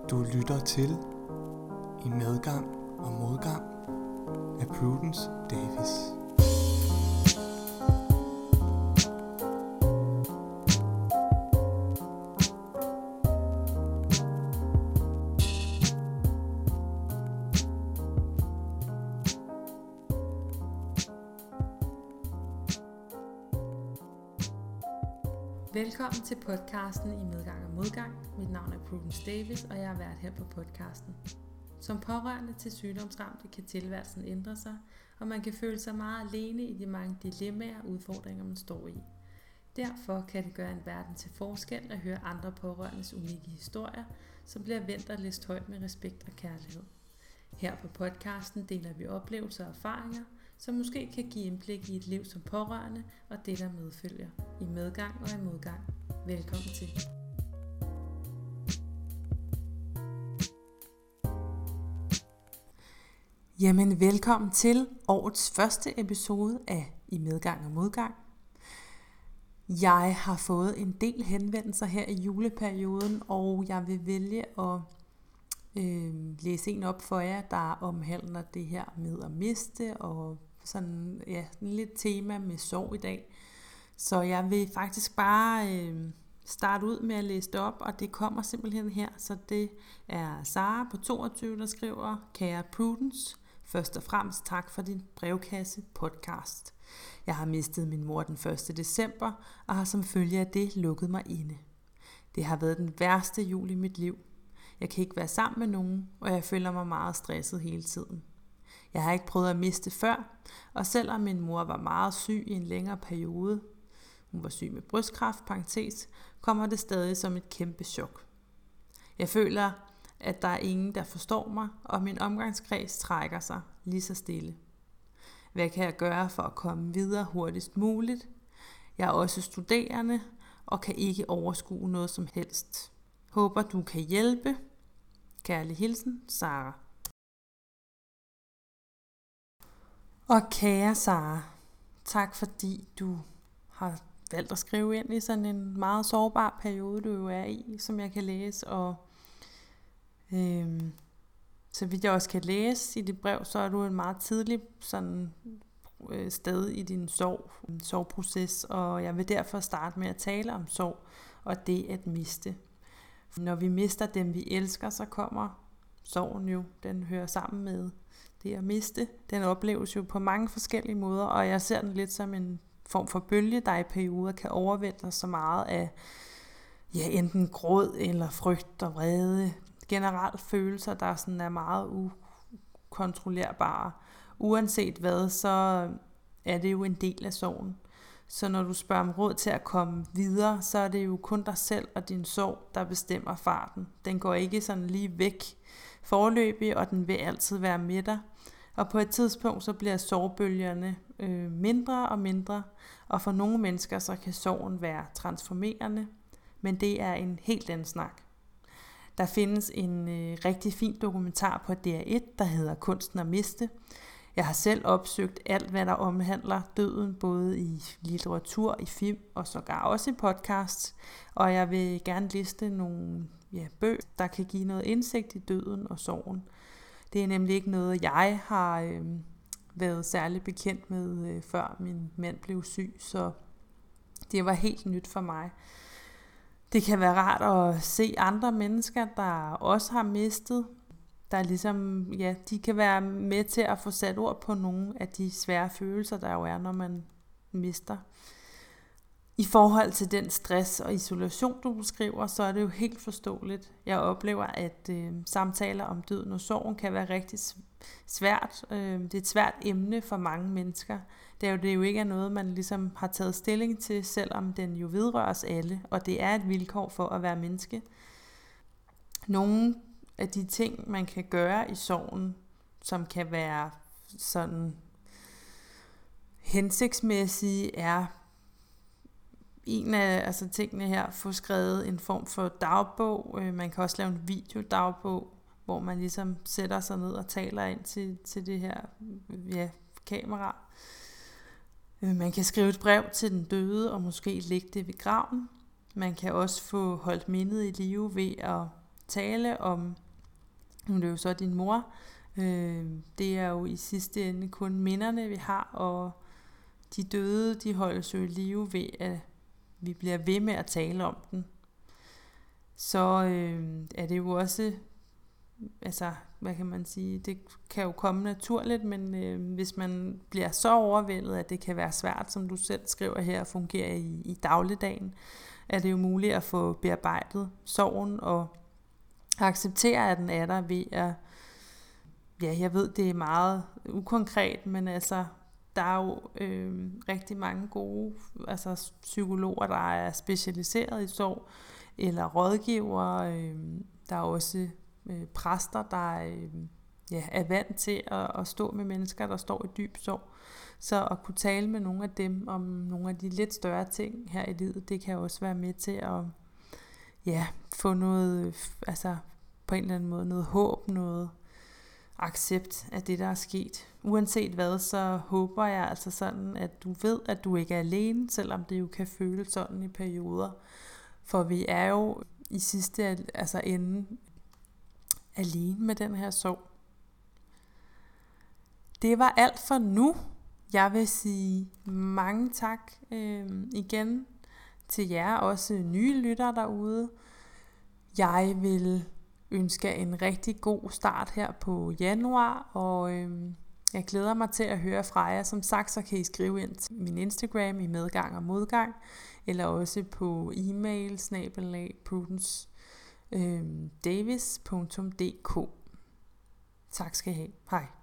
Du lytter til I medgang og modgang af Prudence Davis. Velkommen til podcasten I medgang og modgang. Mit navn er Prudence Davis, og jeg er vært her på podcasten. Som pårørende til sygdomsramte kan tilværelsen ændre sig, og man kan føle sig meget alene i de mange dilemmaer og udfordringer, man står i. Derfor kan det gøre en verden til forskel at høre andre pårørendes unikke historier, som bliver vendt og læst højt med respekt og kærlighed. Her på podcasten deler vi oplevelser og erfaringer, som måske kan give indblik i et liv som pårørende og det, der medfølger. I medgang og i modgang. Velkommen til. Jamen, velkommen til årets første episode af I medgang og modgang. Jeg har fået en del henvendelser her i juleperioden, og jeg vil vælge at læse en op for jer, der omhandler det her med at miste, og sådan lidt tema med sorg i dag. Så jeg vil faktisk bare starte ud med at læse det op, og det kommer simpelthen her. Så det er Sara på 22, der skriver: Kære Prudence, først og fremmest tak for din brevkasse podcast. Jeg har mistet min mor den 1. december, og har som følge af det lukket mig inde. Det har været den værste jul i mit liv. Jeg kan ikke være sammen med nogen, og jeg føler mig meget stresset hele tiden. Jeg har ikke prøvet at miste før, og selvom min mor var meget syg i en længere periode, hun var syg med brystkræft, kommer det stadig som et kæmpe chok. Jeg føler, at der er ingen, der forstår mig, og min omgangskreds trækker sig lige så stille. Hvad kan jeg gøre for at komme videre hurtigst muligt? Jeg er også studerende, og kan ikke overskue noget som helst. Håber, du kan hjælpe. Kærlig hilsen, Sara. Og kære Sara, tak fordi du har valgt at skrive ind i sådan en meget sårbar periode, du jo er i, som jeg kan læse. Og så vidt jeg også kan læse i dit brev, så er du en meget tidlig sådan sted i din sorgproces, og jeg vil derfor starte med at tale om sorg og det at miste. Når vi mister dem, vi elsker, så kommer sorgen jo, den hører sammen med det at miste. Den opleves jo på mange forskellige måder, og jeg ser den lidt som en form for bølge, der i perioder kan overvælde så meget af enten gråd eller frygt og vrede. Generelt følelser, der sådan er meget ukontrollerbare. Uanset hvad, så er det jo en del af sorgen. Så når du spørger om råd til at komme videre, så er det jo kun dig selv og din sorg, der bestemmer farten. Den går ikke sådan lige væk foreløbig, og den vil altid være med dig. Og på et tidspunkt, så bliver sorgbølgerne mindre og mindre, og for nogle mennesker, så kan sorgen være transformerende, men det er en helt anden snak. Der findes en rigtig fin dokumentar på DR1, der hedder Kunsten at miste. Jeg har selv opsøgt alt, hvad der omhandler døden, både i litteratur, i film og sågar også i podcast. Og jeg vil gerne liste nogle bøger, der kan give noget indsigt i døden og sorgen. Det er nemlig ikke noget, jeg har været særlig bekendt med, før min mand blev syg, så det var helt nyt for mig. Det kan være rart at se andre mennesker, der også har mistet, der ligesom, de kan være med til at få sat ord på nogle af de svære følelser, der jo er, når man mister. I forhold til den stress og isolation, du beskriver, så er det jo helt forståeligt. Jeg oplever, at samtaler om døden og sorgen kan være rigtig svært. Det er et svært emne for mange mennesker. Det er jo ikke noget, man ligesom har taget stilling til, selvom den jo vedrører os alle, og det er et vilkår for at være menneske. Nogle af de ting, man kan gøre i sorgen, som kan være sådan hensigtsmæssige, er en af tingene her, få skrevet en form for dagbog. Man kan også lave en videodagbog, hvor man ligesom sætter sig ned og taler ind til det her kamera. Man kan skrive et brev til den døde, og måske lægge det ved graven. Man kan også få holdt mindet i live ved at tale om, nu er det jo så din mor, det er jo i sidste ende kun minderne, vi har, og de døde, de holdes jo i live ved, at vi bliver ved med at tale om den. Så er det jo også, altså, hvad kan man sige, det kan jo komme naturligt, men hvis man bliver så overvældet, at det kan være svært, som du selv skriver her, at fungere i dagligdagen, er det jo muligt at få bearbejdet sorgen og acceptere, at den er der ved at, ja, jeg ved, det er meget ukonkret, men altså, der er jo rigtig mange gode psykologer, der er specialiseret i sorg, eller rådgivere. Der er også præster, der er vant til at stå med mennesker, der står i dyb sorg. Så at kunne tale med nogle af dem om nogle af de lidt større ting her i livet, det kan også være med til at få noget, altså på en eller anden måde noget håb, noget accept af det, der er sket. Uanset hvad, så håber jeg altså sådan, at du ved, at du ikke er alene, selvom det jo kan føles sådan i perioder. For vi er jo i sidste ende alene med den her sorg. Det var alt for nu. Jeg vil sige mange tak igen til jer, også nye lyttere derude. Jeg vil ønske en rigtig god start her på januar, og jeg glæder mig til at høre fra jer. Som sagt, så kan I skrive ind til min Instagram i medgang og modgang, eller også på e-mail @prudence davis.dk. Tak skal I have. Hej.